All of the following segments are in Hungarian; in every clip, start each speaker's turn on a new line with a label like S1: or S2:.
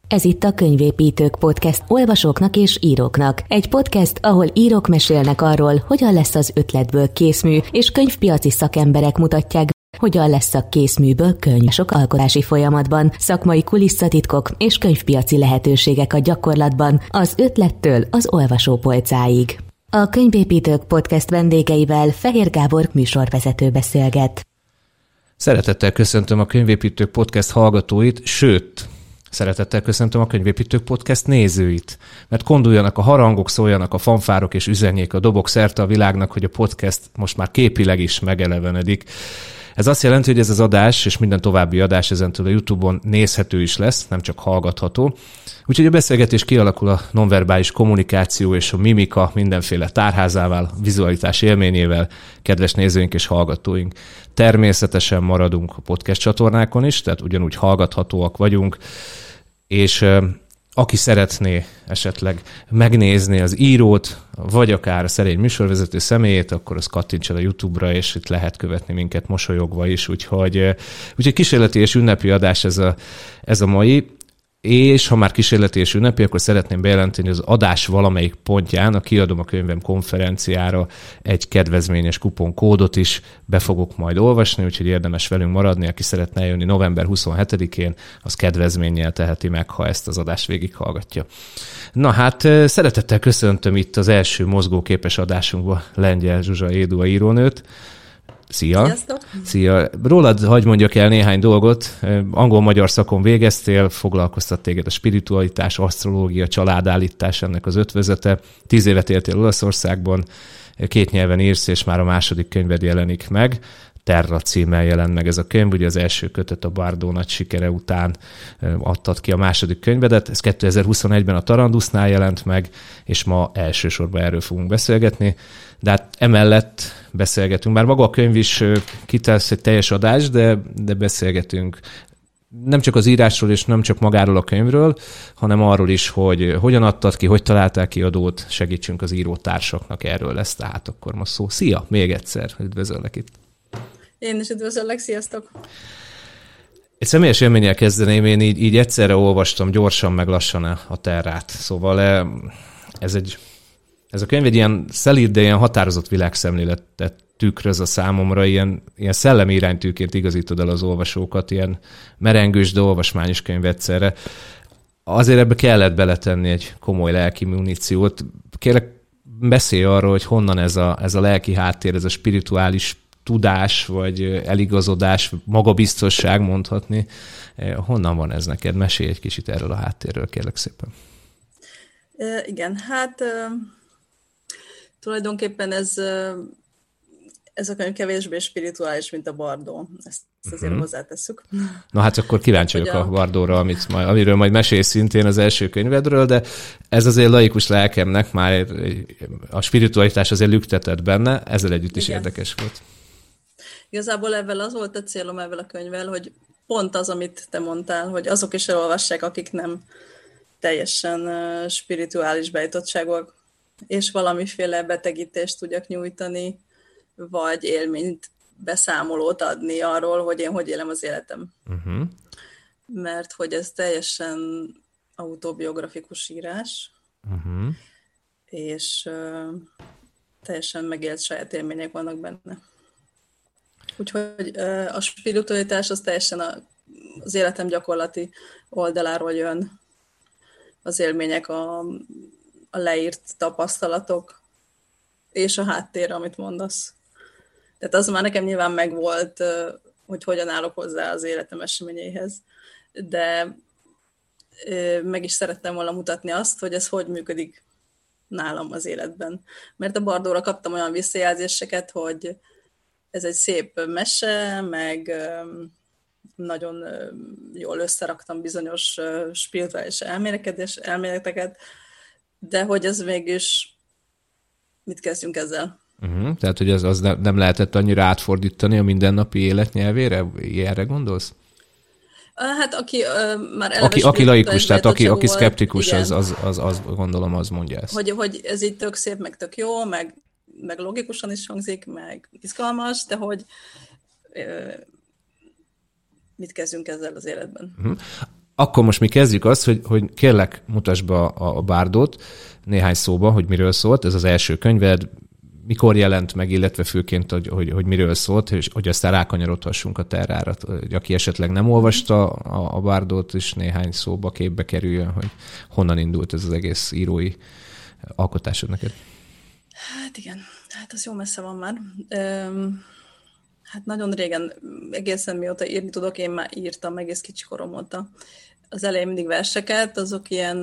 S1: Ez itt a Könyvépítők Podcast olvasóknak és íróknak. Egy podcast, ahol írók mesélnek arról, hogyan lesz az ötletből készmű, és könyvpiaci szakemberek mutatják, hogyan lesz a készműből könyv. Sok alkotási folyamatban, szakmai kulisszatitkok és könyvpiaci lehetőségek a gyakorlatban, az ötlettől az olvasópolcáig. A Könyvépítők Podcast vendégeivel Fehér Gábor műsorvezető beszélget.
S2: Szeretettel köszöntöm a Könyvépítők Podcast hallgatóit, sőt, szeretettel köszöntöm a Könyvépítők Podcast nézőit, mert konduljanak a harangok, szóljanak a fanfárok és üzenjék a dobok szerte a világnak, hogy a podcast most már képileg is megelevenedik. Ez azt jelenti, hogy ez az adás és minden további adás ezentől a YouTube-on nézhető is lesz, nem csak hallgatható. Úgyhogy a beszélgetés kialakul a nonverbális kommunikáció és a mimika mindenféle tárházával, vizualitás élményével, kedves nézőink és hallgatóink. Természetesen maradunk a podcast csatornákon is, tehát ugyanúgy hallgathatóak vagyunk, és aki szeretné esetleg megnézni az írót, vagy akár a szerény műsorvezető személyét, akkor az kattintson a YouTube-ra, és itt lehet követni minket mosolyogva is, úgyhogy kísérleti és ünnepi adás ez a mai. És ha már kísérleti és ünnepi, akkor szeretném bejelenteni, hogy az adás valamelyik pontján a Kiadom a könyvem konferenciára egy kedvezményes kuponkódot is be fogok majd olvasni, úgyhogy érdemes velünk maradni, aki szeretne jönni november 27-én, az kedvezménnyel teheti meg, ha ezt az adást végighallgatja. Na hát, szeretettel köszöntöm itt az első mozgóképes adásunkban Lengyel Zsuzsa Édua írónőt. Szia!
S3: Sziasztok!
S2: Szia! Rólad hadd mondjak el néhány dolgot. Angol-magyar szakon végeztél, foglalkoztat téged a spiritualitás, asztrológia, családállítás, ennek az ötvözete. 10 évet éltél Olaszországban, 2 nyelven írsz, és már a második könyved jelenik meg. Terra címmel jelent meg ez a könyv, ugye az első kötet a Bardó nagy sikere után adtad ki a második könyvedet. Ez 2021-ben a Tarandusznál jelent meg, és ma elsősorban erről fogunk beszélgetni. De hát emellett beszélgetünk, bár maga a könyv is kitesz egy teljes adás, de beszélgetünk nem csak az írásról és nem csak magáról a könyvről, hanem arról is, hogy hogyan adtad ki, hogy találtál kiadót, segítsünk az írótársaknak, erről lesz tehát akkor most szó. Szia, még egyszer, üdvözöllek itt. Én
S3: is üdvözöllek, sziasztok!
S2: Egy személyes élménnyel kezdeném, én így egyszerre olvastam gyorsan meg lassan a Terrát. Szóval ez a könyv egy ilyen szelíd, de ilyen határozott világszemléletet tükröz a számomra, ilyen szellemi iránytűként igazítod el az olvasókat, ilyen merengős, de olvasmányos könyv egyszerre. Azért ebbe kellett beletenni egy komoly lelki muníciót. Kérlek, beszélj arról, hogy honnan ez a lelki háttér, ez a spirituális tudás, vagy eligazodás, magabiztosság mondhatni. Honnan van ez neked? Mesélj egy kicsit erről a háttérről, kérlek szépen.
S3: Igen, hát tulajdonképpen ez a könyv kevésbé spirituális, mint a Bardó. Ezt azért hozzátesszük.
S2: Na hát akkor kíváncsi vagyok a Bardóra, amiről majd mesélsz szintén az első könyvedről, de ez azért laikus lelkemnek már a spiritualitás azért lüktetett benne, ezzel együtt is érdekes volt.
S3: Igazából ebben az volt a célom ebben a könyvvel, hogy pont az, amit te mondtál, hogy azok is elolvassák, akik nem teljesen spirituális bejutottságúak, és valamiféle betegítést tudjak nyújtani, vagy élményt, beszámolót adni arról, hogy én hogy élem az életem. Mert hogy ez teljesen autobiografikus írás, és teljesen megélt saját élmények vannak benne. Úgyhogy a spiritualitás az teljesen az életem gyakorlati oldaláról jön. Az élmények, a leírt tapasztalatok, és a háttér, amit mondasz. Tehát az már nekem nyilván megvolt, hogy hogyan állok hozzá az életem eseményeihez, de meg is szerettem volna mutatni azt, hogy ez hogy működik nálam az életben. Mert a Bardóra kaptam olyan visszajelzéseket, hogy ez egy szép mese, meg nagyon jól összeraktam bizonyos spirituális elméleteket, de hogy ez mégis mit kezdjünk ezzel?
S2: Tehát, hogy az nem lehetett annyira átfordítani a mindennapi élet nyelvére? Ilyenre gondolsz?
S3: Hát aki már
S2: eleve aki laikus, tehát aki szkeptikus, az gondolom, az mondja ezt.
S3: Hogy ez így tök szép, meg tök jó, meg logikusan is hangzik, meg izgalmas, de hogy mit kezdjünk ezzel az életben.
S2: Akkor most mi kezdjük azt, hogy kérlek, mutasd be a Bardot néhány szóba, hogy miről szólt. Ez az első könyved, mikor jelent meg, illetve főként, hogy miről szólt, és hogy aztán rákanyarodhassunk a Terrára, hogy aki esetleg nem olvasta a Bardot, és néhány szóba képbe kerüljön, hogy honnan indult ez az egész írói alkotásod neked.
S3: Hát igen, hát az jó messze van már. Hát nagyon régen, egészen mióta írni tudok, én már írtam egész kicsi korom óta. Az elején mindig verseket, azok ilyen,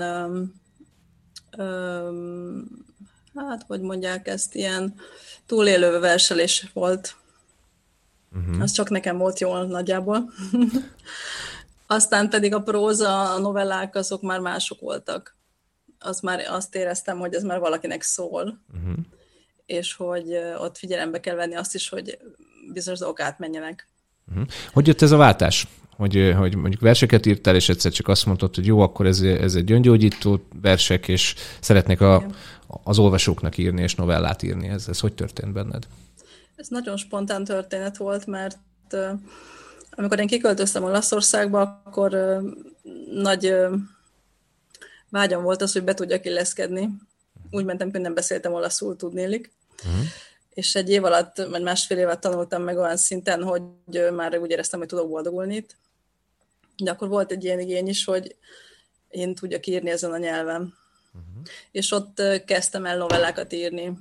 S3: hát hogy mondják ezt, ilyen túlélő verselés volt. Az csak nekem volt jól nagyjából. Aztán pedig a próza, a novellák, azok már mások voltak. Azt éreztem, hogy ez már valakinek szól. És hogy ott figyelembe kell venni azt is, hogy bizonyos dolgok átmenjenek.
S2: Hogy jött ez a váltás? Hogy mondjuk verseket írtál, és egyszer csak azt mondtad, hogy jó, akkor ez egy öngyógyító versek, és szeretnék az olvasóknak írni, és novellát írni. Ez hogy történt benned?
S3: Ez nagyon spontán történet volt, mert amikor én kiköltöztem Olaszországba, akkor nagy vágyam volt az, hogy be tudjak illeszkedni. Úgy mentem, hogy nem beszéltem olaszul, tudnélik. És egy év alatt, vagy másfél évet tanultam meg olyan szinten, hogy már úgy éreztem, hogy tudok boldogulni itt. De akkor volt egy ilyen igény is, hogy én tudjak írni ezen a nyelven. És ott kezdtem el novellákat írni.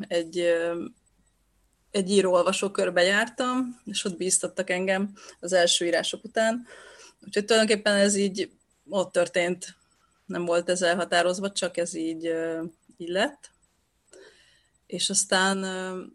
S3: Egy író-olvasó körbe jártam, és ott bíztattak engem az első írások után. Úgyhogy tulajdonképpen ez így ott történt. Nem volt ez elhatározva, csak ez így lett. És aztán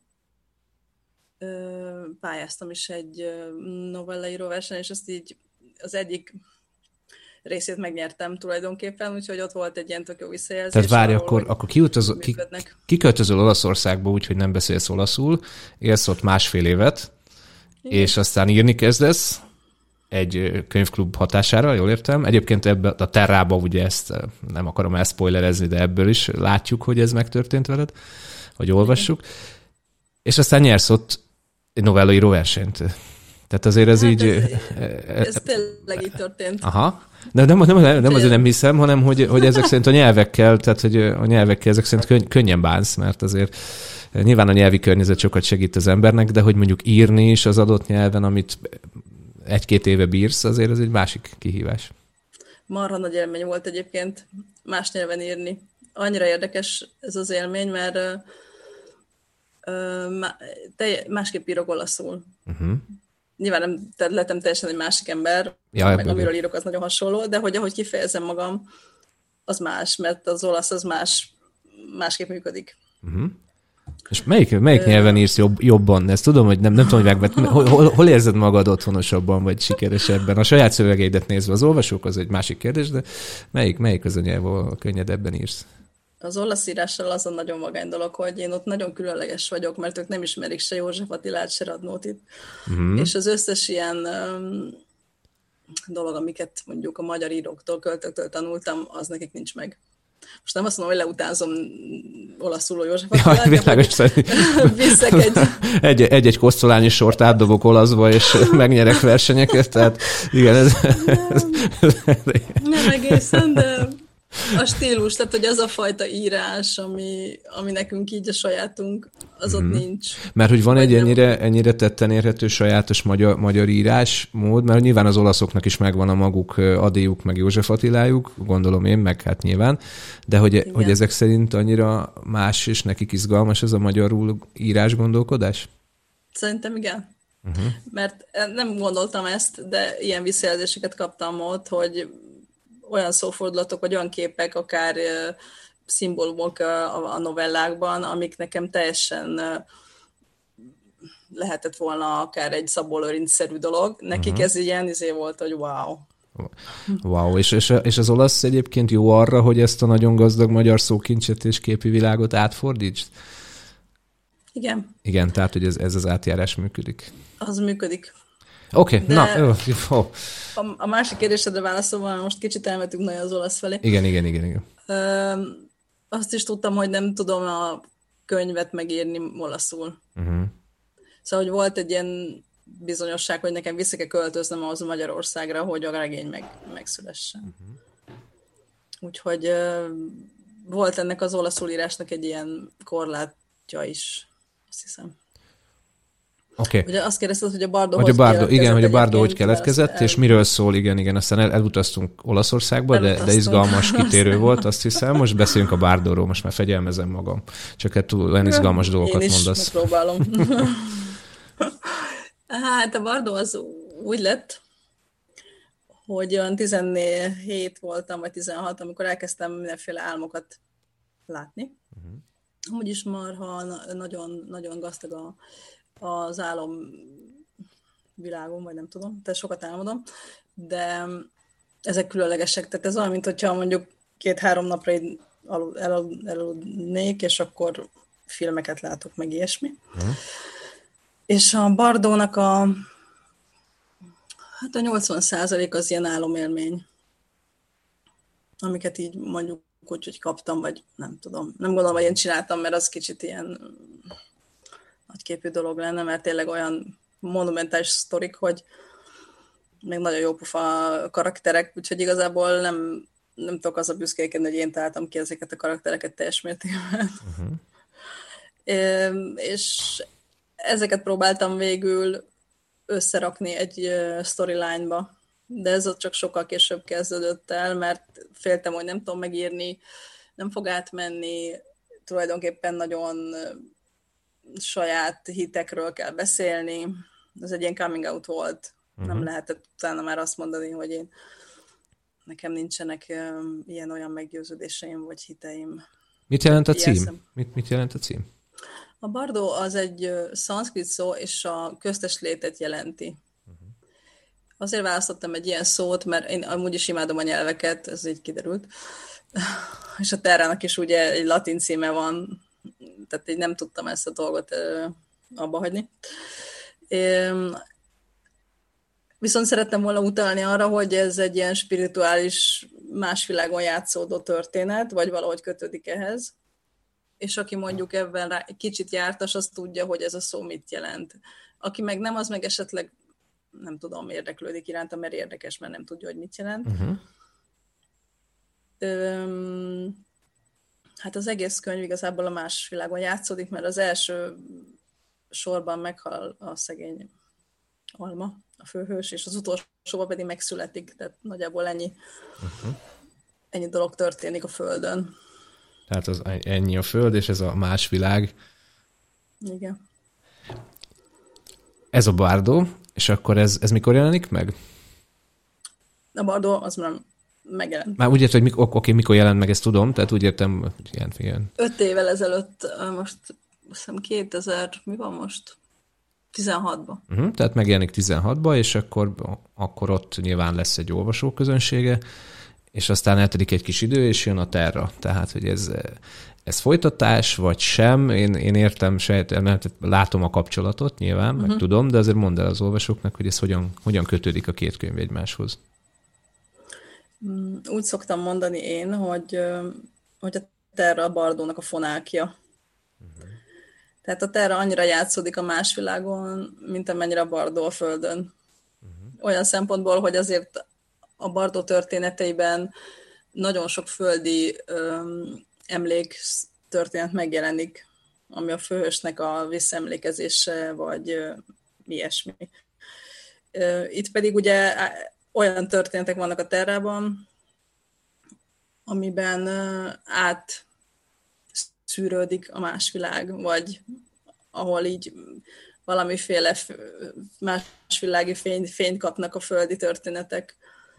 S3: pályáztam is egy novellaíró versenyen, és azt így az egyik részét megnyertem tulajdonképpen, úgyhogy ott volt egy ilyen tök jó visszajelzés.
S2: Tehát várj, akkor kiköltözöl Olaszországba úgy, hogy nem beszélsz olaszul, élsz ott másfél évet, igen. És aztán írni kezdesz egy könyvklub hatására, jól értem. Egyébként ebben a Terrába ugye ezt nem akarom elszpoilerezni, de ebből is látjuk, hogy ez megtörtént veled, hogy olvassuk. Igen. És aztán nyersz ott egy novellaíró versenyt. Tehát azért ez hát így...
S3: Ez tényleg így történt.
S2: Aha. De nem azért nem hiszem, hanem hogy ezek szerint a nyelvekkel, tehát hogy a nyelvekkel ezek szerint könnyen bánsz, mert azért nyilván a nyelvi környezet sokat segít az embernek, de hogy mondjuk írni is az adott nyelven, amit 1-2 éve bírsz, azért ez egy másik kihívás.
S3: Marha nagy élmény volt egyébként más nyelven írni. Annyira érdekes ez az élmény, mert másképp írok olaszul. Nyilván nem lettem teljesen egy másik ember, meg amiről írok, az nagyon hasonló, de hogy ahogy kifejezem magam, az más, mert az olasz az másképp működik.
S2: És melyik nyelven írsz jobban? Ezt tudom, hogy nem tudom, hogy hol érzed magad otthonosabban, vagy sikeresebben? A saját szövegeidet nézve az olvasók, az egy másik kérdés, de melyik az a nyelv, ahol könnyedebben írsz?
S3: Az olasz írással az a nagyon vagány dolog, hogy én ott nagyon különleges vagyok, mert ők nem ismerik se József Attilát, se Radnótit. És az összes ilyen dolog, amiket mondjuk a magyar íróktól, költőktől tanultam, az nekik nincs meg. Most nem azt mondom, hogy leutánzom olaszul József Attilát, viszek
S2: egy kosztolányi sort átdobok olaszba, és megnyerek versenyeket, tehát igen, ez...
S3: Nem egészen, de... A stílus, tehát hogy az a fajta írás, ami nekünk így a sajátunk, az ott nincs.
S2: Mert hogy van egy ennyire tetten érhető sajátos magyar írásmód, mert nyilván az olaszoknak is megvan a maguk Adéjuk, meg József Attilájuk, gondolom én, meg hát nyilván, de hogy ezek szerint annyira más és nekik izgalmas ez a magyarul írás gondolkodás?
S3: Szerintem igen. Mert nem gondoltam ezt, de ilyen visszajelzéseket kaptam ott, hogy olyan szófordulatok, vagy olyan képek, akár szimbólumok a novellákban, amik nekem teljesen lehetett volna akár egy Szabó Lőrinc-szerű dolog. Nekik ez ilyen volt, hogy wow.
S2: Wow, és az olasz egyébként jó arra, hogy ezt a nagyon gazdag magyar szókincset és képi világot átfordítsd?
S3: Igen.
S2: Igen, tehát, hogy ez az átjárás működik.
S3: Az működik.
S2: Oké, na, jó.
S3: A másik kérdésedre válaszolva, most kicsit elmentünk nagyon az olasz felé.
S2: Igen.
S3: Azt is tudtam, hogy nem tudom a könyvet megírni olaszul. Szóval, hogy volt egy ilyen bizonyosság, hogy nekem vissza kell költöznöm ahhoz Magyarországra, hogy a regény megszülessen. Úgyhogy volt ennek az olaszul írásnak egy ilyen korlátja is, azt hiszem.
S2: Okay.
S3: Ugye azt kérdezted, hogy a Bardo
S2: hogy a Bardo hogy keletkezett, és miről szól, igen, aztán elutaztunk Olaszországba, de izgalmas kitérő volt, azt hiszem. Most beszélünk a Bardóról, most már fegyelmezem magam. Csak hát olyan izgalmas dolgokat mondasz.
S3: Én is megpróbálom. Hát a Bardo az úgy lett, hogy olyan 17 voltam, vagy 16, amikor elkezdtem mindenféle álmokat látni. Amúgy is marha nagyon, nagyon gazdag az álom világon, vagy nem tudom, tehát sokat álmodom, de ezek különlegesek, tehát ez olyan, mint hogyha mondjuk 2-3 napra elaludnék, és akkor filmeket látok, meg ilyesmi. És a Bardónak a 80% az ilyen álomélmény, amiket így mondjuk úgy, hogy kaptam, vagy nem tudom. Nem gondolom, hogy én csináltam, mert az kicsit ilyen nagyképű dolog lenne, mert tényleg olyan monumentális sztorik, hogy még nagyon jó pofa karakterek, úgyhogy igazából nem tudok az a büszkékedni, hogy én találtam ki ezeket a karaktereket teljes mértékben. És ezeket próbáltam végül összerakni egy storyline-ba, de ez ott csak sokkal később kezdődött el, mert féltem, hogy nem tudom megírni, nem fog átmenni, tulajdonképpen nagyon saját hitekről kell beszélni. Ez egy ilyen coming out volt. Nem lehetett utána már azt mondani, hogy nekem nincsenek ilyen-olyan meggyőződéseim vagy hiteim.
S2: Mit jelent a cím? Mit jelent a cím?
S3: A Bardo az egy szanszkrit szó, és a köztes létet jelenti. Azért választottam egy ilyen szót, mert én amúgy is imádom a nyelveket, ez így kiderült. És a Terrának is ugye egy latin címe van, tehát így nem tudtam ezt a dolgot abba hagyni. Viszont szerettem volna utalni arra, hogy ez egy ilyen spirituális, más világon játszódó történet, vagy valahogy kötődik ehhez. És aki mondjuk ebben kicsit jártas, az tudja, hogy ez a szó mit jelent. Aki meg nem, az meg esetleg, nem tudom, érdeklődik iránta, mert érdekes, mert nem tudja, hogy mit jelent. Hát az egész könyv igazából a más világon játszódik, mert az első sorban meghal a szegény Alma, a főhős, és az utolsóban pedig megszületik, tehát nagyjából ennyi dolog történik a Földön.
S2: Tehát az ennyi a Föld, és ez a más világ.
S3: Igen.
S2: Ez a Bardo, és akkor ez mikor jelenik meg?
S3: A Bardo az már megjelent.
S2: Már úgy értem, hogy mikor jelent meg, ezt tudom, tehát úgy értem, hogy igen.
S3: 5 évvel ezelőtt, most azt hiszem 2000, mi van most? 16-ban.
S2: Tehát megjelenik 16-ba, és akkor ott nyilván lesz egy olvasóközönsége, és aztán eltelik egy kis idő, és jön a Terra. Tehát, hogy ez folytatás, vagy sem, én értem, látom a kapcsolatot nyilván, meg tudom, de azért mondd el az olvasóknak, hogy ez hogyan kötődik a két könyv egymáshoz.
S3: Úgy szoktam mondani én, hogy a Terra a Bardónak a fonálkja. Tehát a Terra annyira játszódik a más világon, mint amennyire a Bardo a Földön. Olyan szempontból, hogy azért a Bardo történeteiben nagyon sok földi emlék történet megjelenik, ami a főhősnek a visszaemlékezése, vagy ilyesmi. Itt pedig ugye olyan történetek vannak a Terrában, amiben átszűrődik a más világ, vagy ahol így valamiféle másvilági fényt kapnak a földi történetek.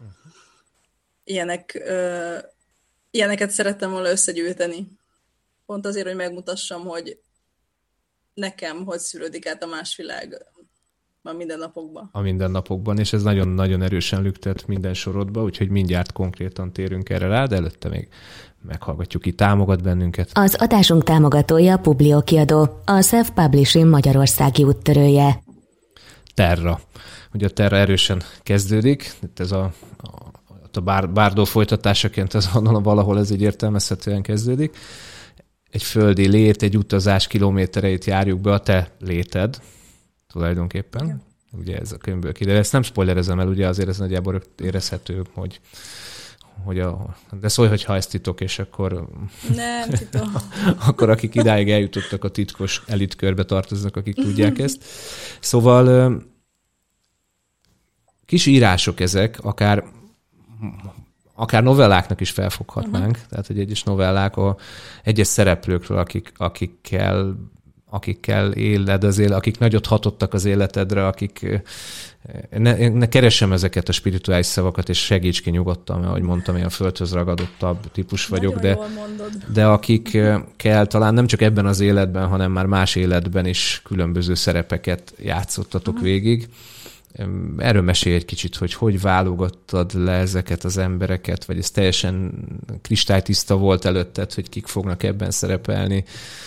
S3: Ilyeneket szerettem volna összegyűjteni. Pont azért, hogy megmutassam, hogy nekem hogy szűrődik át a más világ a mindennapokban.
S2: A mindennapokban, és ez nagyon-nagyon erősen lüktet minden sorodba, úgyhogy mindjárt konkrétan térünk erre rá, de előtte még meghallgatjuk, ki támogat bennünket.
S1: Az adásunk támogatója Publio kiadó, a Self-Publishing magyarországi úttörője.
S2: Terra. Ugye a Terra erősen kezdődik, itt ez a Bardo folytatásaként ez valahol ez így értelmezhetően kezdődik. Egy földi lét, egy utazás kilométereit járjuk be, a te léted tulajdonképpen. ugye ez a könyvből kiderül. Ezt nem spoilerezem el, ugye azért ez nagyjából érezhető, de szólj, hogyha ez titok, és akkor...
S3: Nem, titok.
S2: Akkor akik idáig eljutottak a titkos elitkörbe tartoznak, akik tudják ezt. Szóval kis írások ezek, akár novelláknak is felfoghatnánk, tehát hogy egyes novellák egyes szereplőkről, akikkel éled az élet, akik nagyot hatottak az életedre, ne keresem ezeket a spirituális szavakat, és segíts ki nyugodtan, mert ahogy mondtam, én a földhöz ragadottabb típus vagyok, de akikkel talán nem csak ebben az életben, hanem már más életben is különböző szerepeket játszottatok végig. Erről mesélj egy kicsit, hogy válogattad le ezeket az embereket, vagy ez teljesen kristálytiszta volt előtted, hogy kik fognak ebben szerepelni.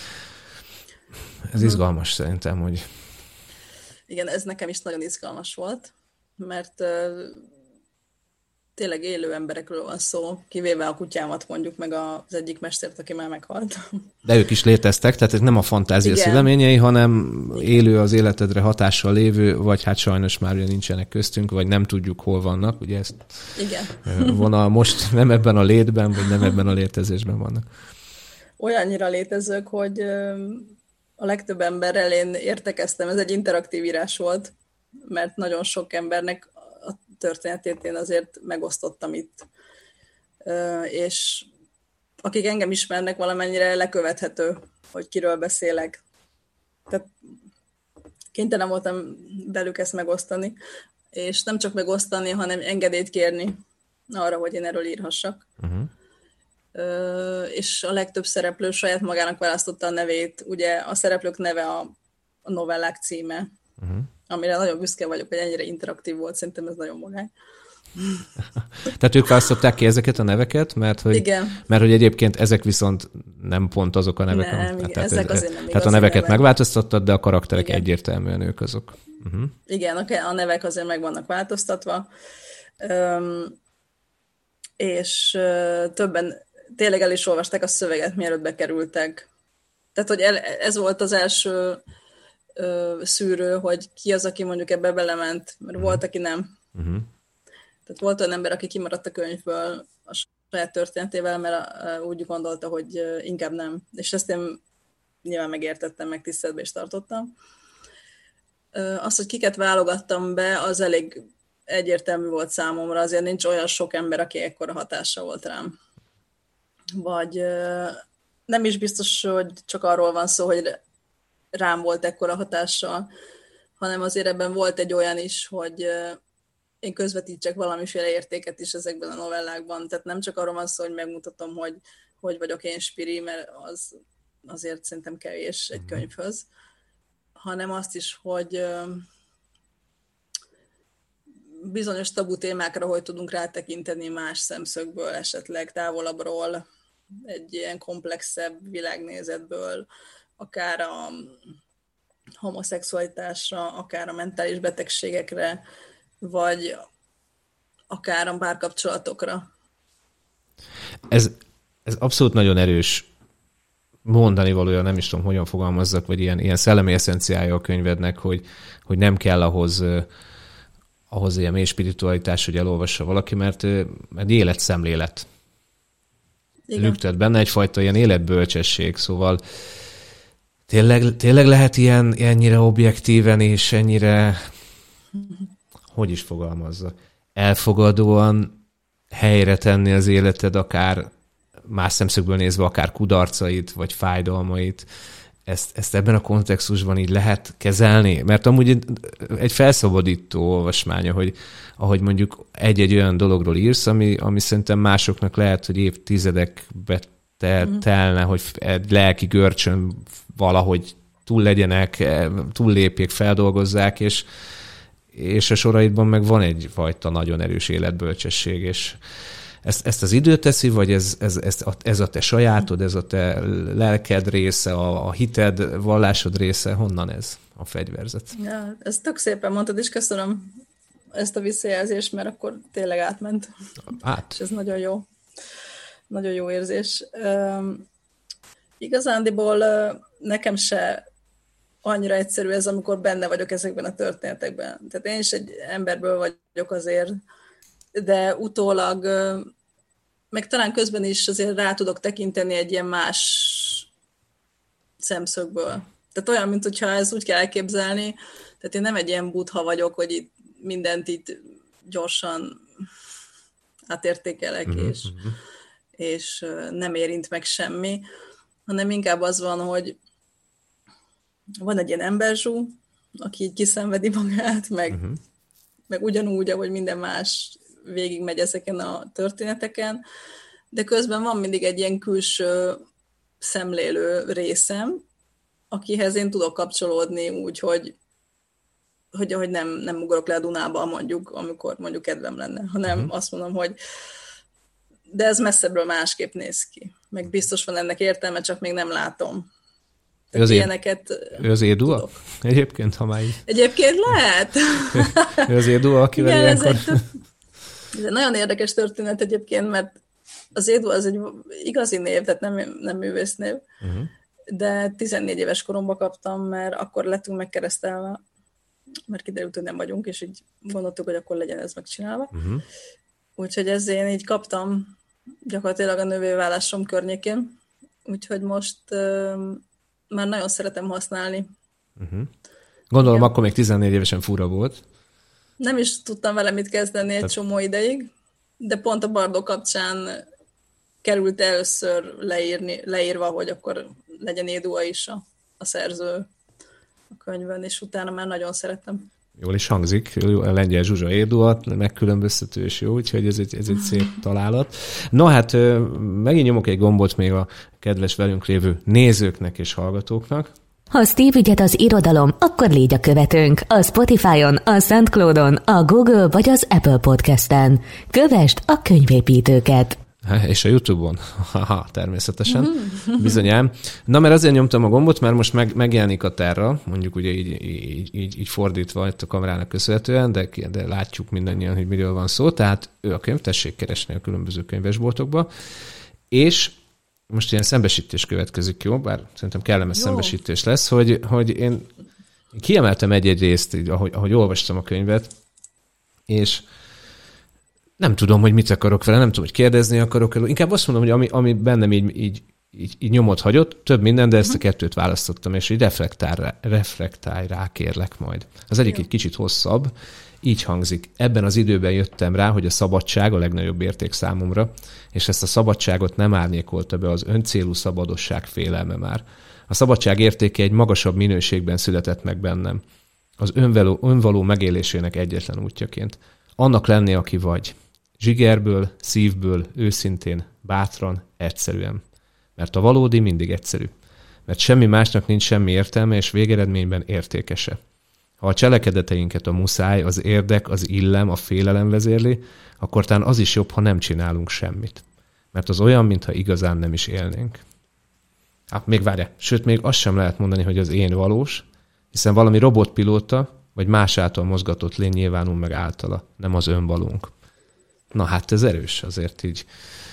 S2: Ez izgalmas szerintem, hogy...
S3: Igen, ez nekem is nagyon izgalmas volt, mert tényleg élő emberekről van szó, kivéve a kutyámat mondjuk, meg az egyik mestert, aki már meghalt.
S2: De ők is léteztek, tehát ez nem a fantázia szüleményei, hanem élő az életedre hatással lévő, vagy hát sajnos már ugye nincsenek köztünk, vagy nem tudjuk, hol vannak, ugye ezt vonal most nem ebben a létben, vagy nem ebben a létezésben vannak.
S3: Olyannyira létezők, hogy a legtöbb emberrel én értekeztem, ez egy interaktív írás volt, mert nagyon sok embernek a történetét én azért megosztottam itt. És akik engem ismernek, valamennyire lekövethető, hogy kiről beszélek. Tehát kénytelen voltam velük ezt megosztani, és nem csak megosztani, hanem engedélyt kérni arra, hogy én erről írhassak. És a legtöbb szereplő saját magának választotta a nevét. Ugye a szereplők neve a novellák címe, amire nagyon büszke vagyok, hogy ennyire interaktív volt, szerintem ez nagyon magány.
S2: Tehát ők választották ki ezeket a neveket, mert hogy egyébként ezek viszont nem pont azok a nevek.
S3: Nem, ezek azért nem
S2: tehát a neveket megváltoztattad, de a karakterek egyértelműen ők azok.
S3: Igen, a nevek azért meg vannak változtatva, és többen tényleg el is olvasták a szöveget, mielőtt bekerültek. Tehát, hogy ez volt az első szűrő, hogy ki az, aki mondjuk ebbe belement, mert volt, aki nem. Tehát volt olyan ember, aki kimaradt a könyvből a saját történetével, mert úgy gondolta, hogy inkább nem. És ezt én nyilván megértettem, meg tiszteletbe is tartottam. Azt, hogy kiket válogattam be, az elég egyértelmű volt számomra. Azért nincs olyan sok ember, aki ekkora hatása volt rám. Vagy nem is biztos, hogy csak arról van szó, hogy rám volt ekkora hatással, hanem azért ebben volt egy olyan is, hogy én közvetítsek valamiféle értéket is ezekben a novellákban. Tehát nem csak arról van szó, hogy megmutatom, hogy vagyok én spiri, mert az azért szerintem kevés egy könyvhöz, hanem azt is, hogy bizonyos tabu témákra hogy tudunk rátekinteni más szemszögből, esetleg távolabbról, egy ilyen komplexebb világnézetből, akár a homoszexualitásra, akár a mentális betegségekre, vagy akár a párkapcsolatokra.
S2: Ez abszolút nagyon erős mondani valója, nem is tudom, hogyan fogalmazzak, vagy ilyen szellemi eszenciája a könyvednek, hogy nem kell ahhoz ilyen mély spiritualitás, hogy elolvassa valaki, mert egy életszemlélet. Lüktet benne egyfajta ilyen életbölcsesség, szóval tényleg lehet ennyire objektíven és ennyire, hogy is fogalmazza, elfogadóan helyre tenni az életed, akár más szemszögből nézve, akár kudarcait, vagy fájdalmait. Ezt ebben a kontextusban így lehet kezelni? Mert amúgy egy felszabadító olvasmánya, ahogy mondjuk egy-egy olyan dologról írsz, ami szerintem másoknak lehet, hogy évtizedekbe telne, hogy egy lelki görcsön valahogy túl legyenek, túllépjék, feldolgozzák, és a soraidban meg van egyfajta nagyon erős életbölcsesség, és ezt az idő teszi, vagy ez a te sajátod, ez a te lelked része, a hited, vallásod része, honnan ez a fegyverzet?
S3: Ja, ezt tök szépen mondtad, és köszönöm ezt a visszajelzést, mert akkor tényleg átment. És ez nagyon jó. Nagyon jó érzés. Igazándiból nekem se annyira egyszerű ez, amikor benne vagyok ezekben a történetekben. Tehát én is egy emberből vagyok azért, de utólag, meg talán közben is azért rá tudok tekinteni egy ilyen más szemszögből. Tehát olyan, mint hogyha ez úgy kell elképzelni, tehát én nem egy ilyen buddha vagyok, hogy itt mindent itt gyorsan átértékelek, és nem érint meg semmi, hanem inkább az van, hogy van egy ilyen emberzsú, aki így kiszenvedi magát, meg ugyanúgy, ahogy minden más végigmegy ezeken a történeteken, de közben van mindig egy ilyen külső szemlélő részem, akihez én tudok kapcsolódni úgy, hogy nem ugrok le a Dunába mondjuk, amikor mondjuk kedvem lenne, hanem azt mondom, hogy de ez messzebbről másképp néz ki. Meg biztos van ennek értelme, csak még nem látom.
S2: Ő az Édua? Egyébként, ha már így...
S3: Egyébként lehet.
S2: Ő az Édua, akivel ilyenkor...
S3: Ez egy nagyon érdekes történet egyébként, mert az Édua az egy igazi név, tehát nem művésznév. De 14 éves koromban kaptam, mert akkor lettünk megkeresztelve, mert kiderült, hogy nem vagyunk, és így gondoltuk, hogy akkor legyen ez megcsinálva. Úgyhogy ezért én így kaptam gyakorlatilag a nővéválásom környékén, úgyhogy most már nagyon szeretem használni.
S2: Gondolom, igen. Akkor még 14 évesen fura volt.
S3: Nem is tudtam vele mit kezdeni egy csomó ideig, de pont a Bardó kapcsán került először leírva, hogy akkor legyen Édua is a szerző a könyvben, és utána már nagyon szeretem.
S2: Jól is hangzik, a Lengyel Zsuzsa Édua, megkülönböztető és jó, úgyhogy ez egy szép találat. No hát, megint nyomok egy gombot még a kedves velünk lévő nézőknek és hallgatóknak.
S1: Ha Steve ügyet az irodalom, akkor légy a követőnk a Spotify-on, a SoundCloud-on, a Google vagy az Apple Podcast-en. Kövesd a könyvépítőket!
S2: És a YouTube-on. Haha, természetesen. Bizonyám. Na, mert azért nyomtam a gombot, mert most megjelenik a Terra, mondjuk ugye így fordítva itt a kamerának köszönhetően, de látjuk mindannyian, hogy miről van szó. Tehát ő a könyv, tessék keresni a különböző könyvesboltokba. És most ilyen szembesítés következik, jó? Bár szerintem kellemes szembesítés lesz, hogy én kiemeltem egy-egy részt, így, ahogy olvastam a könyvet, és nem tudom, hogy mit akarok vele, nem tudom, hogy kérdezni akarok. Inkább azt mondom, hogy ami bennem így nyomot hagyott, több minden, de ezt a kettőt választottam, és így reflektálj rá, kérlek majd. Az egyik egy kicsit hosszabb, így hangzik. Ebben az időben jöttem rá, hogy a szabadság a legnagyobb érték számomra, és ezt a szabadságot nem árnyékolta be az öncélú szabadosság félelme már. A szabadság értéke egy magasabb minőségben született meg bennem. Az önvaló megélésének egyetlen útjaként. Annak lenni, aki vagy. Zsigerből, szívből, őszintén, bátran, egyszerűen. Mert a valódi mindig egyszerű. Mert semmi másnak nincs semmi értelme, és végeredményben értékese. Ha a cselekedeteinket a muszáj, az érdek, az illem, a félelem vezérli, akkor talán az is jobb, ha nem csinálunk semmit. Mert az olyan, mintha igazán nem is élnénk. Hát még várjál, sőt, még azt sem lehet mondani, hogy az én valós, hiszen valami robotpilóta, vagy más által mozgatott lény nyilvánul meg általa, nem az önvalónk. Na hát ez erős, azért így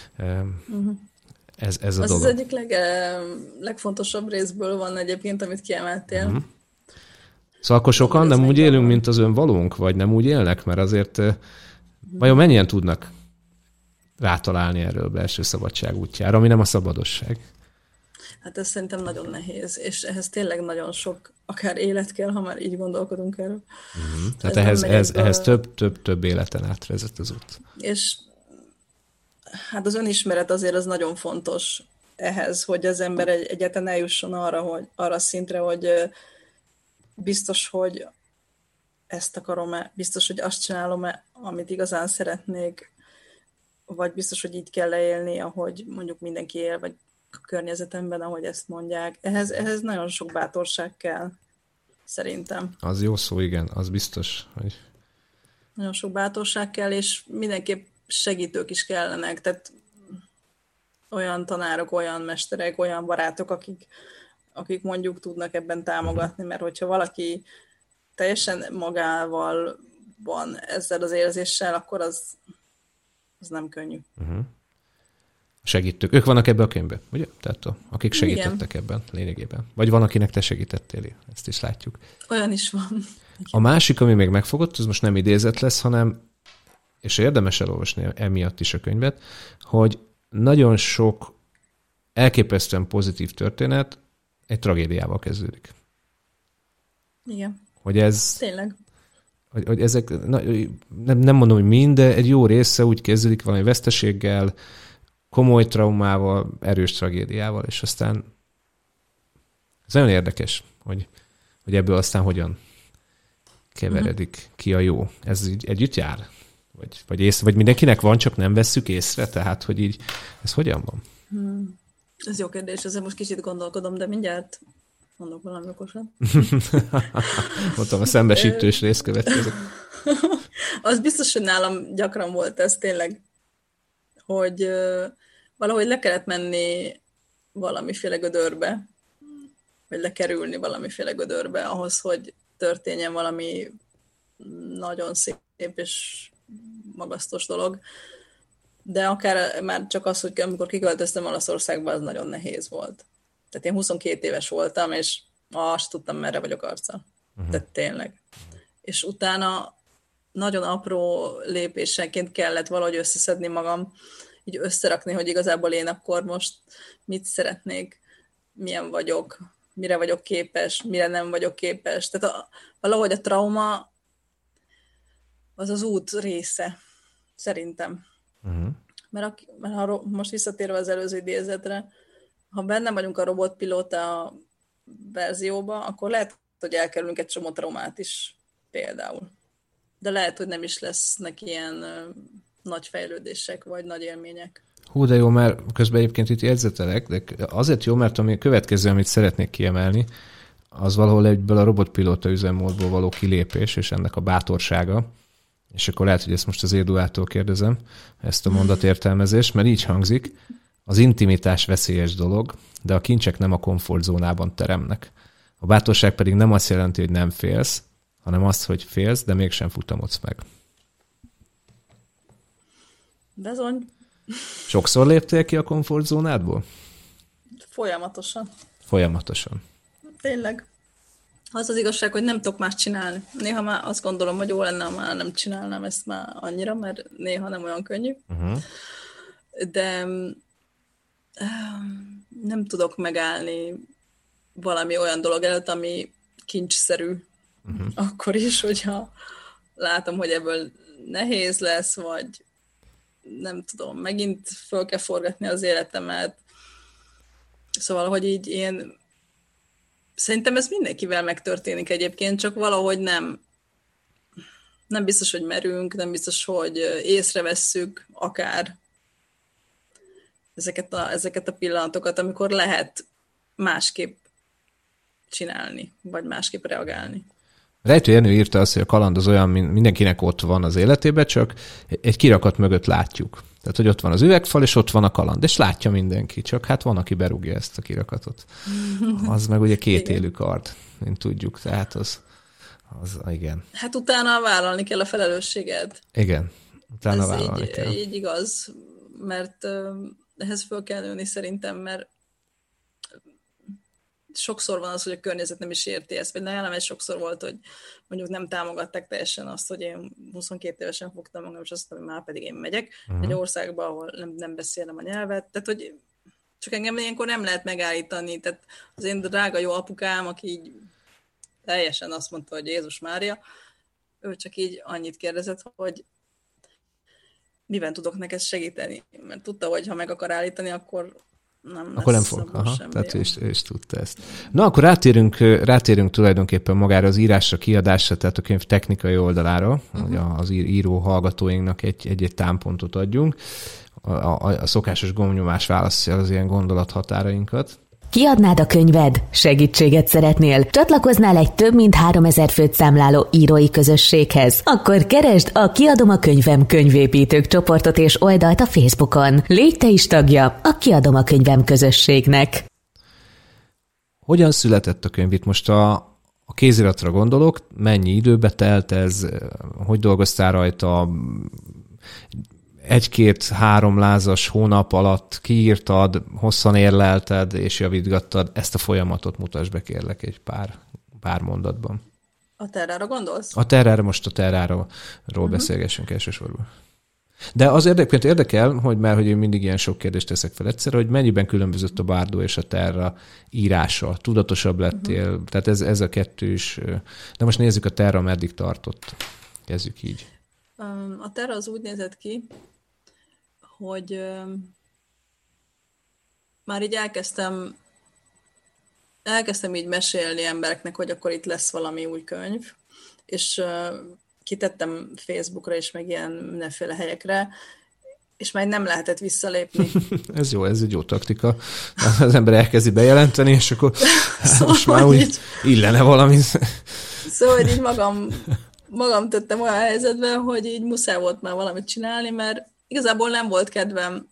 S2: ez a dolog.
S3: Az egyik legfontosabb részből van egyébként, amit kiemeltél.
S2: Szóval akkor sokan nem úgy élünk, mint az önvalónk, vagy nem úgy élnek, mert azért vajon mennyien tudnak rátalálni erről a belső szabadság útjára, ami nem a szabadosság?
S3: Hát ez szerintem nagyon nehéz, és ehhez tényleg nagyon sok, akár élet kell, ha már így gondolkodunk erről.
S2: Tehát ehhez több életen átvezet az út.
S3: És hát az önismeret azért az nagyon fontos ehhez, hogy az ember egyáltalán eljusson arra a szintre, hogy biztos, hogy ezt akarom-e, biztos, hogy azt csinálom-e, amit igazán szeretnék, vagy biztos, hogy így kell leélni, ahogy mondjuk mindenki él, vagy a környezetemben, ahogy ezt mondják. Ehhez nagyon sok bátorság kell, szerintem.
S2: Az jó szó, igen, az biztos. Hogy...
S3: Nagyon sok bátorság kell, és mindenképp segítők is kellenek, tehát olyan tanárok, olyan mesterek, olyan barátok, akik mondjuk tudnak ebben támogatni, mert hogyha valaki teljesen magával van ezzel az érzéssel, akkor az nem könnyű.
S2: segítők. Ők vannak ebben a könyvben, ugye? Tehát akik segítettek ebben lényegében. Vagy van, akinek te segítettél, ezt is látjuk.
S3: Olyan is van.
S2: A másik, ami még megfogott, az most nem idézet lesz, hanem, és érdemes elolvasni emiatt is a könyvet, hogy nagyon sok elképesztően pozitív történet egy tragédiával kezdődik.
S3: Igen.
S2: Hogy ez...
S3: Tényleg.
S2: Hogy ezek, nem mondom, hogy mind, de egy jó része úgy kezdődik valami veszteséggel, komoly traumával, erős tragédiával, és aztán ez nagyon érdekes, hogy ebből aztán hogyan keveredik ki a jó. Ez így együtt jár? Vagy mindenkinek van, csak nem vesszük észre? Tehát, hogy így, ez hogyan van?
S3: Ez jó kérdés, ezzel most kicsit gondolkodom, de mindjárt mondok valami okosat.
S2: Mondtam, a szembesítős rész következik.
S3: Az biztos, hogy nálam gyakran volt ez tényleg, hogy valahogy le kellett menni valamiféle gödörbe, vagy lekerülni valamiféle gödörbe ahhoz, hogy történjen valami nagyon szép és magasztos dolog. De akár már csak az, hogy amikor kiköltöztem Olaszországba, az nagyon nehéz volt. Tehát én 22 éves voltam, és azt tudtam, merre vagyok arccal. Tehát tényleg. És utána nagyon apró lépésenként kellett valahogy összeszedni magam, így összerakni, hogy igazából én akkor most mit szeretnék, milyen vagyok, mire vagyok képes, mire nem vagyok képes. Tehát valahogy a trauma az az út része, szerintem. Mert most visszatérve az előző idézetre, ha benne vagyunk a robotpilóta verzióba, akkor lehet, hogy elkerülünk egy csomó traumát is például. De lehet, hogy nem is lesznek ilyen nagy fejlődések, vagy nagy élmények.
S2: Hú, de jó, mert közben egyébként itt jegyzetelek, de azért jó, mert ami következő, amit szeretnék kiemelni, az valahol egyből a robotpilóta üzemmódból való kilépés, és ennek a bátorsága. És akkor lehet, hogy ezt most az Éduától kérdezem, ezt a mondatértelmezést, mert így hangzik, az intimitás veszélyes dolog, de a kincsek nem a komfortzónában teremnek. A bátorság pedig nem azt jelenti, hogy nem félsz, hanem azt, hogy félsz, de mégsem futamodsz meg.
S3: Bezony.
S2: Sokszor léptél ki a komfortzónádból?
S3: Folyamatosan. Tényleg. Az az igazság, hogy nem tudok más csinálni. Néha már azt gondolom, hogy jó lenne, ha már nem csinálnám ezt már annyira, mert néha nem olyan könnyű. De nem tudok megállni valami olyan dolog előtt, ami kincsszerű. Akkor is, hogyha látom, hogy ebből nehéz lesz, vagy nem tudom, megint föl kell forgatni az életemet. Szóval, hogy így én szerintem ez mindenkivel megtörténik egyébként, csak valahogy nem biztos, hogy merünk, nem biztos, hogy észrevesszük akár ezeket a pillanatokat, amikor lehet másképp csinálni, vagy másképp reagálni.
S2: Rejtő Jenő írta azt, hogy a kaland az olyan, mindenkinek ott van az életében, csak egy kirakat mögött látjuk. Tehát, hogy ott van az üvegfal, és ott van a kaland, és látja mindenki, csak hát van, aki berúgja ezt a kirakatot. Az meg ugye kétélű kard, mint tudjuk, tehát az igen.
S3: Hát utána vállalni kell a felelősséget.
S2: Igen, utána vállalni kell.
S3: Ez így igaz, mert ehhez föl kell nőni szerintem, mert sokszor van az, hogy a környezet nem is érti ezt, vagy nálam ez sokszor volt, hogy mondjuk nem támogatták teljesen azt, hogy én 22 évesen fogtam magam, és azt mondtam, hogy már pedig én megyek egy országba, ahol nem beszélem a nyelvet, tehát hogy csak engem ilyenkor nem lehet megállítani, tehát az én drága jó apukám, aki így teljesen azt mondta, hogy Jézus Mária, ő csak így annyit kérdezett, hogy miben tudok neked segíteni, mert tudta, hogy ha meg akar állítani, akkor nem fog.
S2: Tehát ő is tudta ezt. Na, akkor rátérünk tulajdonképpen magára az írásra, kiadásra, tehát a könyv technikai oldalára, hogy az író hallgatóinknak egy támpontot adjunk. A szokásos gombnyomás választja az ilyen gondolathatárainkat.
S1: Kiadnád a könyved? Segítséget szeretnél? Csatlakoznál egy több mint 3000 főt számláló írói közösséghez? Akkor keresd a Kiadom a könyvem könyvépítők csoportot és oldalt a Facebookon. Légy te is tagja a Kiadom a könyvem közösségnek.
S2: Hogyan született a könyv? Itt most a kéziratra gondolok, mennyi időbe telt ez, hogy dolgoztál rajta, 1-2-3 lázas hónap alatt kiírtad, hosszan érlelted és javítgattad. Ezt a folyamatot mutasd be, kérlek, egy pár mondatban.
S3: A Terrára gondolsz?
S2: A Terrára, most a Terráról beszélgessünk elsősorban. De az érdekel, hogy én mindig ilyen sok kérdést teszek fel egyszerre, hogy mennyiben különbözött a Bardo és a Terra írása. Tudatosabb lettél, tehát ez a kettő is. De most nézzük a Terra meddig tartott. Kezdjük így.
S3: A Terra az úgy nézett ki, hogy már így elkezdtem így mesélni embereknek, hogy akkor itt lesz valami új könyv, és kitettem Facebookra és meg ilyen mindenféle helyekre, és már nem lehetett visszalépni.
S2: Ez jó, ez egy jó taktika. Az ember elkezdi bejelenteni, és akkor
S3: szóval
S2: most már úgy így illene valami.
S3: Szóval így magam tettem olyan helyzetben, hogy így muszáj volt már valamit csinálni, mert igazából nem volt kedvem,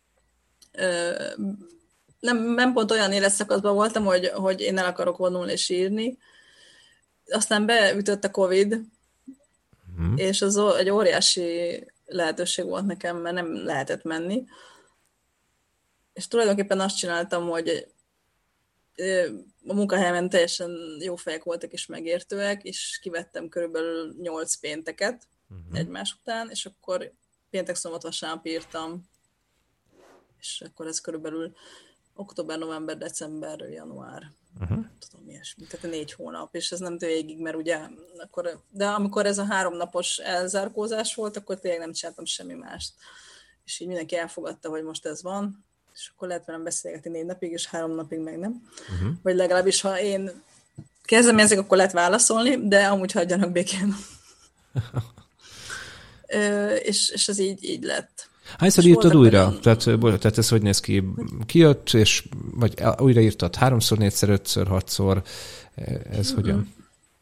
S3: nem pont olyan életszakaszban voltam, hogy én el akarok vonulni és írni. Aztán beütött a Covid, és az egy óriási lehetőség volt nekem, mert nem lehetett menni. És tulajdonképpen azt csináltam, hogy a munkahelyemen teljesen jó fejek voltak és megértőek, és kivettem körülbelül 8 pénteket egymás után, és akkor péntek, szombat, vasárnap írtam. És akkor ez körülbelül október, november, december, január. Tudom, ilyesmi. Tehát 4 hónap, és ez nem végig, mert ugye de amikor ez a 3 napos elzárkózás volt, akkor tényleg nem csináltam semmi mást. És így mindenki elfogadta, hogy most ez van, és akkor lehet velem beszélgetni 4 napig, és 3 napig meg nem. Vagy legalábbis, ha én kezdeményezek, akkor lehet válaszolni, de amúgy hagyjanak békén. És ez így lett.
S2: Hányszor írtad újra? Tehát ez hogy néz ki? Kijött, és vagy újraírtad 3-szor, 4-szer, 5-ször, 6-szor? Ez hogyan?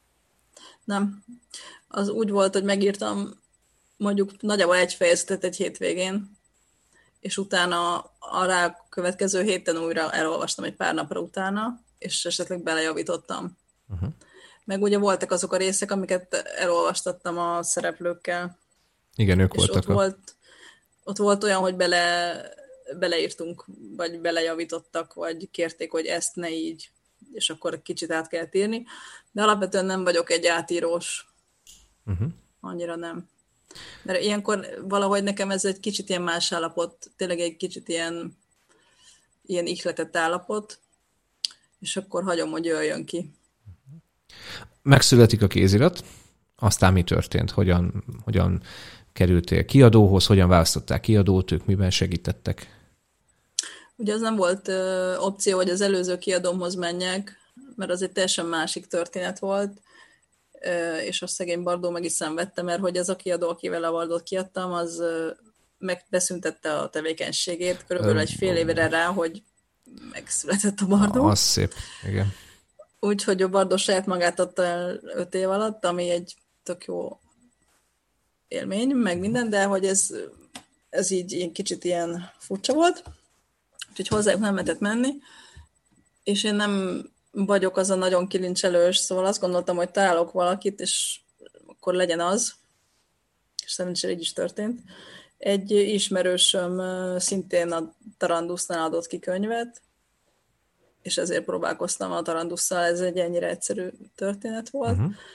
S3: Nem. Az úgy volt, hogy megírtam mondjuk nagyjából egy fejezetet egy hétvégén, és utána a rá következő héten újra elolvastam egy pár napra utána, és esetleg belejavítottam. Meg ugye voltak azok a részek, amiket elolvastattam a szereplőkkel.
S2: Igen, ők voltak.
S3: Ott volt olyan, hogy beleírtunk, vagy belejavítottak, vagy kérték, hogy ezt ne így, és akkor kicsit át kellett írni. De alapvetően nem vagyok egy átírós. Annyira nem. Mert ilyenkor valahogy nekem ez egy kicsit ilyen más állapot, tényleg egy kicsit ilyen ihletett állapot, és akkor hagyom, hogy jöjjön ki.
S2: Megszületik a kézirat, aztán mi történt? Hogyan kerültél kiadóhoz, hogyan választották kiadót, ők miben segítettek?
S3: Ugye az nem volt opció, hogy az előző kiadómhoz menjek, mert az egy teljesen másik történet volt, és a szegény Bardo meg is szenvedte, mert hogy az a kiadó, akivel a Bardót kiadtam, az beszüntette a tevékenységét körülbelül egy fél évre rá, hogy megszületett a Bardo.
S2: Az szép, igen.
S3: Úgyhogy a Bardo saját magát adta el 5 év alatt, ami egy tök jó élmény, meg minden, de hogy ez így kicsit ilyen furcsa volt, úgyhogy hozzájuk nem lehetett menni, és én nem vagyok az a nagyon kilincselős, szóval azt gondoltam, hogy találok valakit, és akkor legyen az, és szerencsére így is történt. Egy ismerősöm szintén a Tarandusznál adott ki könyvet, és ezért próbálkoztam a Tarandusszal, ez egy ennyire egyszerű történet volt.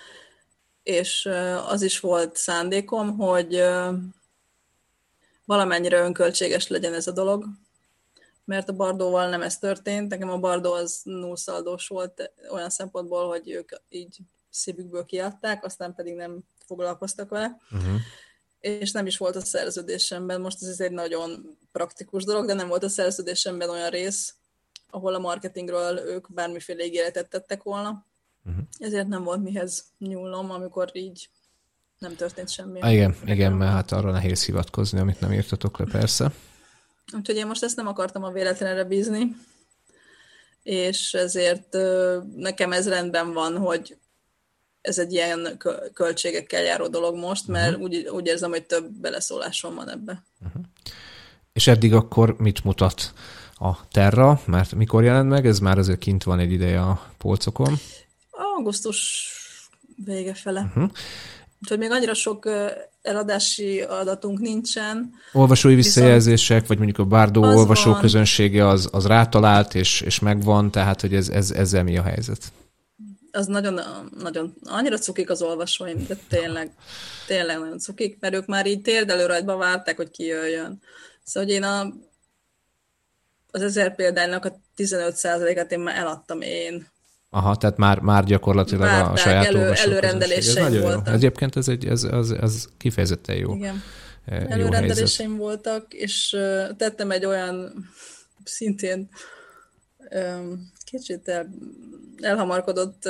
S3: És az is volt szándékom, hogy valamennyire önköltséges legyen ez a dolog, mert a Bardóval nem ez történt. Nekem a Bardo az nullszaldós volt olyan szempontból, hogy ők így szívükből kiadták, aztán pedig nem foglalkoztak vele. És nem is volt a szerződésemben. Most ez egy nagyon praktikus dolog, de nem volt a szerződésemben olyan rész, ahol a marketingről ők bármiféle ígéretet tettek volna. Ezért nem volt mihez nyúlnom, amikor így nem történt semmi.
S2: Igen, mert hát arra nehéz hivatkozni, amit nem írtatok le, persze.
S3: Úgyhogy én most ezt nem akartam a véletlenre bízni, és ezért nekem ez rendben van, hogy ez egy ilyen költségekkel járó dolog most, mert úgy érzem, hogy több beleszólásom van ebbe.
S2: És eddig akkor mit mutat a Terra? Mert mikor jelent meg? Ez már azért kint van egy ideje a polcokon.
S3: Augusztus vége fele. Úgyhogy még annyira sok eladási adatunk nincsen.
S2: Olvasói visszajelzések, vagy mondjuk a Bardó
S3: az
S2: olvasóközönsége az rátalált, és megvan, tehát hogy ezzel mi a helyzet?
S3: Az nagyon, nagyon, annyira cukik az olvasóim, de tényleg nagyon cukik, mert ők már így térdelőrajtban várták, hogy kijöjjön. Szóval, hogy én az 1000 példánynak a 15%-át én már eladtam én.
S2: Aha, tehát már gyakorlatilag a saját
S3: előrendeléseim voltak.
S2: Jó. Egyébként ez kifejezetten jó.
S3: Igen. Előrendeléseim voltak, és tettem egy olyan szintén kicsit elhamarkodott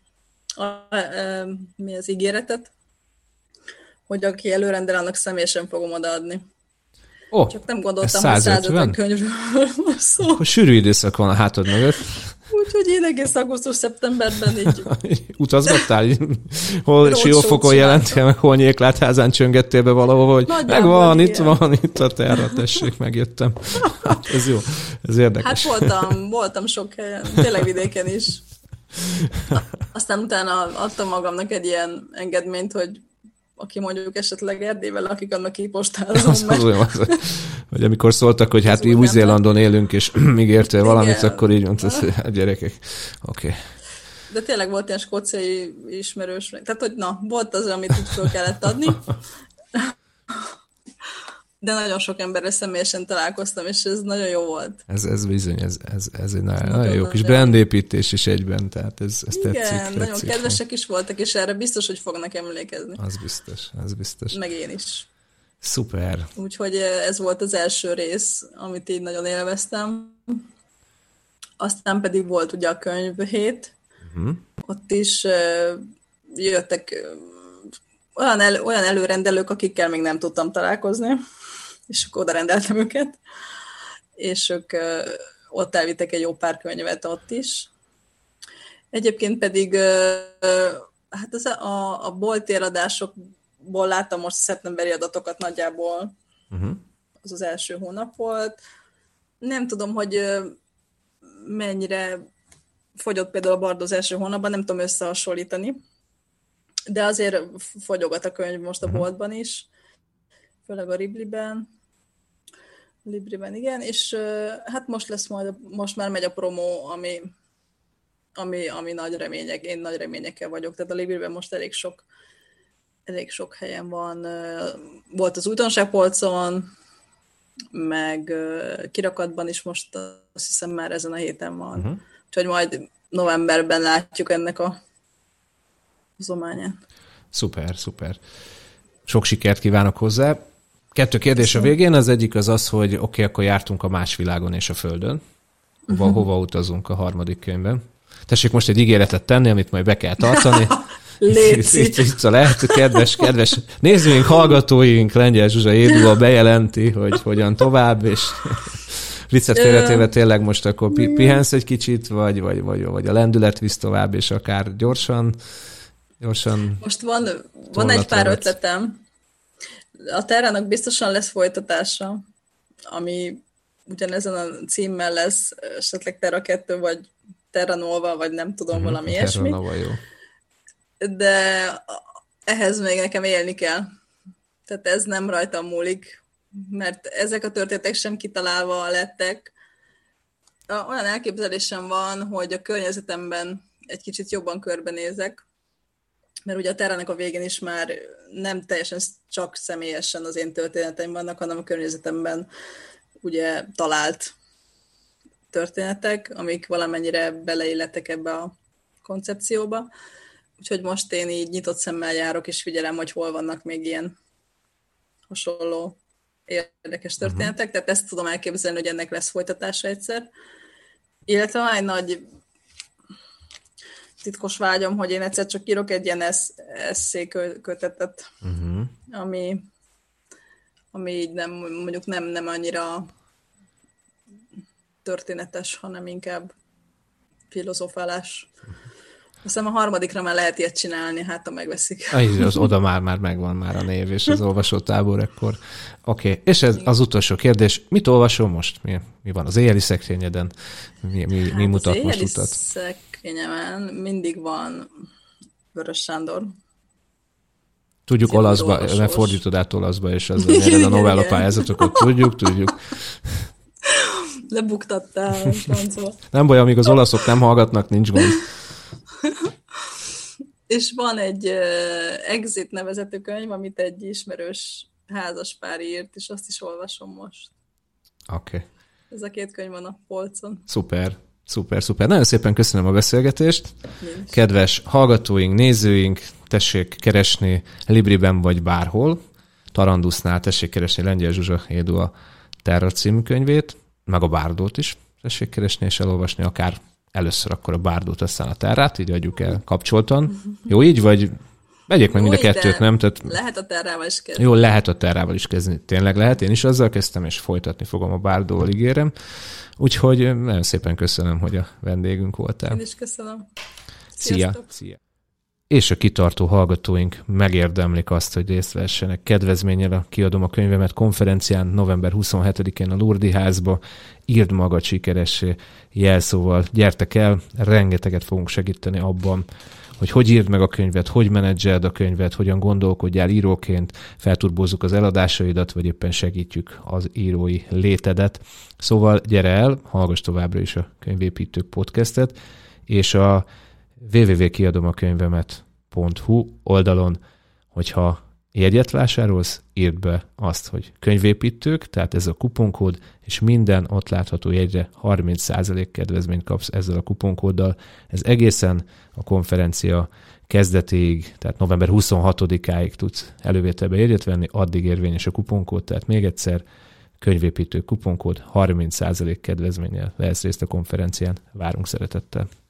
S3: mi az ígéretet, hogy aki előrendel, annak személyesen fogom odaadni. Csak nem gondoltam, hogy 150 könyvről van szó.
S2: Akkor sűrű időszak van a hátad mögött.
S3: Úgyhogy én egész augusztus-szeptemberben így...
S2: Utazgattál? Hol Siófokon jelentél, meg hol Nyéklátházán csöngettél be valahova, hogy megvan, itt van, itt a terra, tessék, megjöttem. Hát ez jó, ez érdekes.
S3: Hát voltam sok helyen, tényleg vidéken is. Aztán utána adtam magamnak egy ilyen engedményt, hogy aki mondjuk esetleg Erdélyben lakik, annak kipostázom meg.
S2: Hogy amikor szóltak, hogy hát mi Új-Zélandon élünk, és ígértél valamit, akkor így mondtad, hogy a gyerekek. Oké.
S3: De tényleg volt ilyen skóciai ismerős. Tehát, hogy volt az, amit úgy föl kellett adni. De nagyon sok emberrel személyesen találkoztam, és ez nagyon jó volt.
S2: Ez bizony, ez egy nagyon jó kis brandépítés is egyben, tehát ez tetszik.
S3: Igen, nagyon kedvesek is voltak, és erre biztos, hogy fognak emlékezni.
S2: Az biztos.
S3: Meg én is.
S2: Szuper.
S3: Úgyhogy ez volt az első rész, amit így nagyon élveztem. Aztán pedig volt ugye a könyvhét. Ott is jöttek olyan előrendelők, akikkel még nem tudtam találkozni, és akkor oda rendeltem őket, és ők ott elvittek egy jó pár könyvet ott is. Egyébként pedig hát a bolti eladásokból láttam most a szeptemberi adatokat nagyjából, az az első hónap volt. Nem tudom, hogy mennyire fogyott például a Bardó az első hónapban, nem tudom összehasonlítani, de azért fogyogat a könyv most a boltban is, főleg a Libriben, igen, és hát most már megy a promó, ami nagy remények, én nagy reményekkel vagyok, tehát a Libriben most elég sok helyen van, volt az újdonságpolcon, meg kirakatban is most azt hiszem már ezen a héten van, úgyhogy majd novemberben látjuk ennek a zományát.
S2: Szuper. Sok sikert kívánok hozzá. 2 kérdés a végén, az egyik az, hogy oké, akkor jártunk a más világon és a Földön. Hova utazunk a harmadik könyvben? Tessék most egy ígéretet tenni, amit majd be kell tartani. Itt lehet, kedves nézőink, hallgatóink, Lengyel Zsuzsa Édula bejelenti, hogy hogyan tovább, és viccet félretéve tényleg most akkor pihensz egy kicsit, vagy a lendület visz tovább, és akár gyorsan.
S3: Most van egy pár ötletem. A Terrának biztosan lesz folytatása, ami ugyanezen a címmel lesz, esetleg Terra 2, vagy Terra Nova, vagy nem tudom, valami ilyesmi.
S2: Terra Nova, jó.
S3: De ehhez még nekem élni kell. Tehát ez nem rajtam múlik, mert ezek a történetek sem kitalálva lettek. Olyan elképzelésem van, hogy a környezetemben egy kicsit jobban körbenézek, mert ugye a Terrának a végén is már nem teljesen csak személyesen az én történeteim vannak, hanem a környezetemben ugye talált történetek, amik valamennyire beleilletek ebbe a koncepcióba. Úgyhogy most én így nyitott szemmel járok, és figyelem, hogy hol vannak még ilyen hasonló érdekes történetek. Tehát ezt tudom elképzelni, hogy ennek lesz folytatása egyszer. Illetve van egy nagy titkos vágyam, hogy én egyszer csak írok egy ilyen eszékötetet, ami így nem annyira történetes, hanem inkább filozofálás. Aztán a harmadikra már lehet ilyet csinálni, hát ha megveszik.
S2: Oda már megvan már a név, és az olvasótábor ekkor. Oké. És ez az utolsó kérdés. Mit olvasol most? Mi van az éjjeli szekrényeden? Mi mutat most utat?
S3: Az éjjeli szekrényemen mindig van Vörös Sándor.
S2: Tudjuk olaszba, mert fordítod át olaszba, és azzal nyered a novella pályázatokat. Tudjuk.
S3: Lebuktattál, francba.
S2: Nem baj, amíg az olaszok nem hallgatnak, nincs gond.
S3: És van egy Exit nevezetű könyv, amit egy ismerős házaspár írt, és azt is olvasom most.
S2: Oké.
S3: Ez a 2 könyv van a polcon.
S2: Szuper. Nagyon szépen köszönöm a beszélgetést. Kedves hallgatóink, nézőink, tessék keresni Libriben vagy bárhol. Tarandusznál tessék keresni Lengyel Zsuzsa Édu a Terra című könyvét, meg a Bárdót is tessék keresni és elolvasni, akár először akkor a Bárdót, aztán a Terrát, így adjuk el kapcsoltan. Jó így, vagy vegyék meg mind a kettőt, nem? Tehát
S3: lehet a Terrával is kezdeni.
S2: Jó, lehet a Terrával is kezdeni. Tényleg lehet. Én is azzal kezdtem, és folytatni fogom a Bárdóval, ígérem. Úgyhogy nagyon szépen köszönöm, hogy a vendégünk voltál.
S3: Én is köszönöm.
S2: Szia! És a kitartó hallgatóink megérdemlik azt, hogy részt vessenek kedvezménnyel a Kiadom a könyvemet konferencián november 27-én a Lurdi házba. Írd magad sikeressé jelszóval. Gyertek el, rengeteget fogunk segíteni abban, hogy írd meg a könyvet, hogy menedzseld a könyvet, hogyan gondolkodjál íróként, felturbózzuk az eladásaidat, vagy éppen segítjük az írói létedet. Szóval gyere el, hallgass továbbra is a Könyvépítők podcastet, és a www.kiadomakönyvemet.hu oldalon, hogyha jegyet vásárolsz, írd be azt, hogy könyvépítők, tehát ez a kuponkód, és minden ott látható jegyre 30% kedvezményt kapsz ezzel a kuponkóddal. Ez egészen a konferencia kezdetéig, tehát november 26-áig tudsz elővételbe jegyet venni, addig érvényes a kuponkód, tehát még egyszer könyvépítők kuponkód, 30% kedvezménnyel vehetsz részt a konferencián. Várunk szeretettel!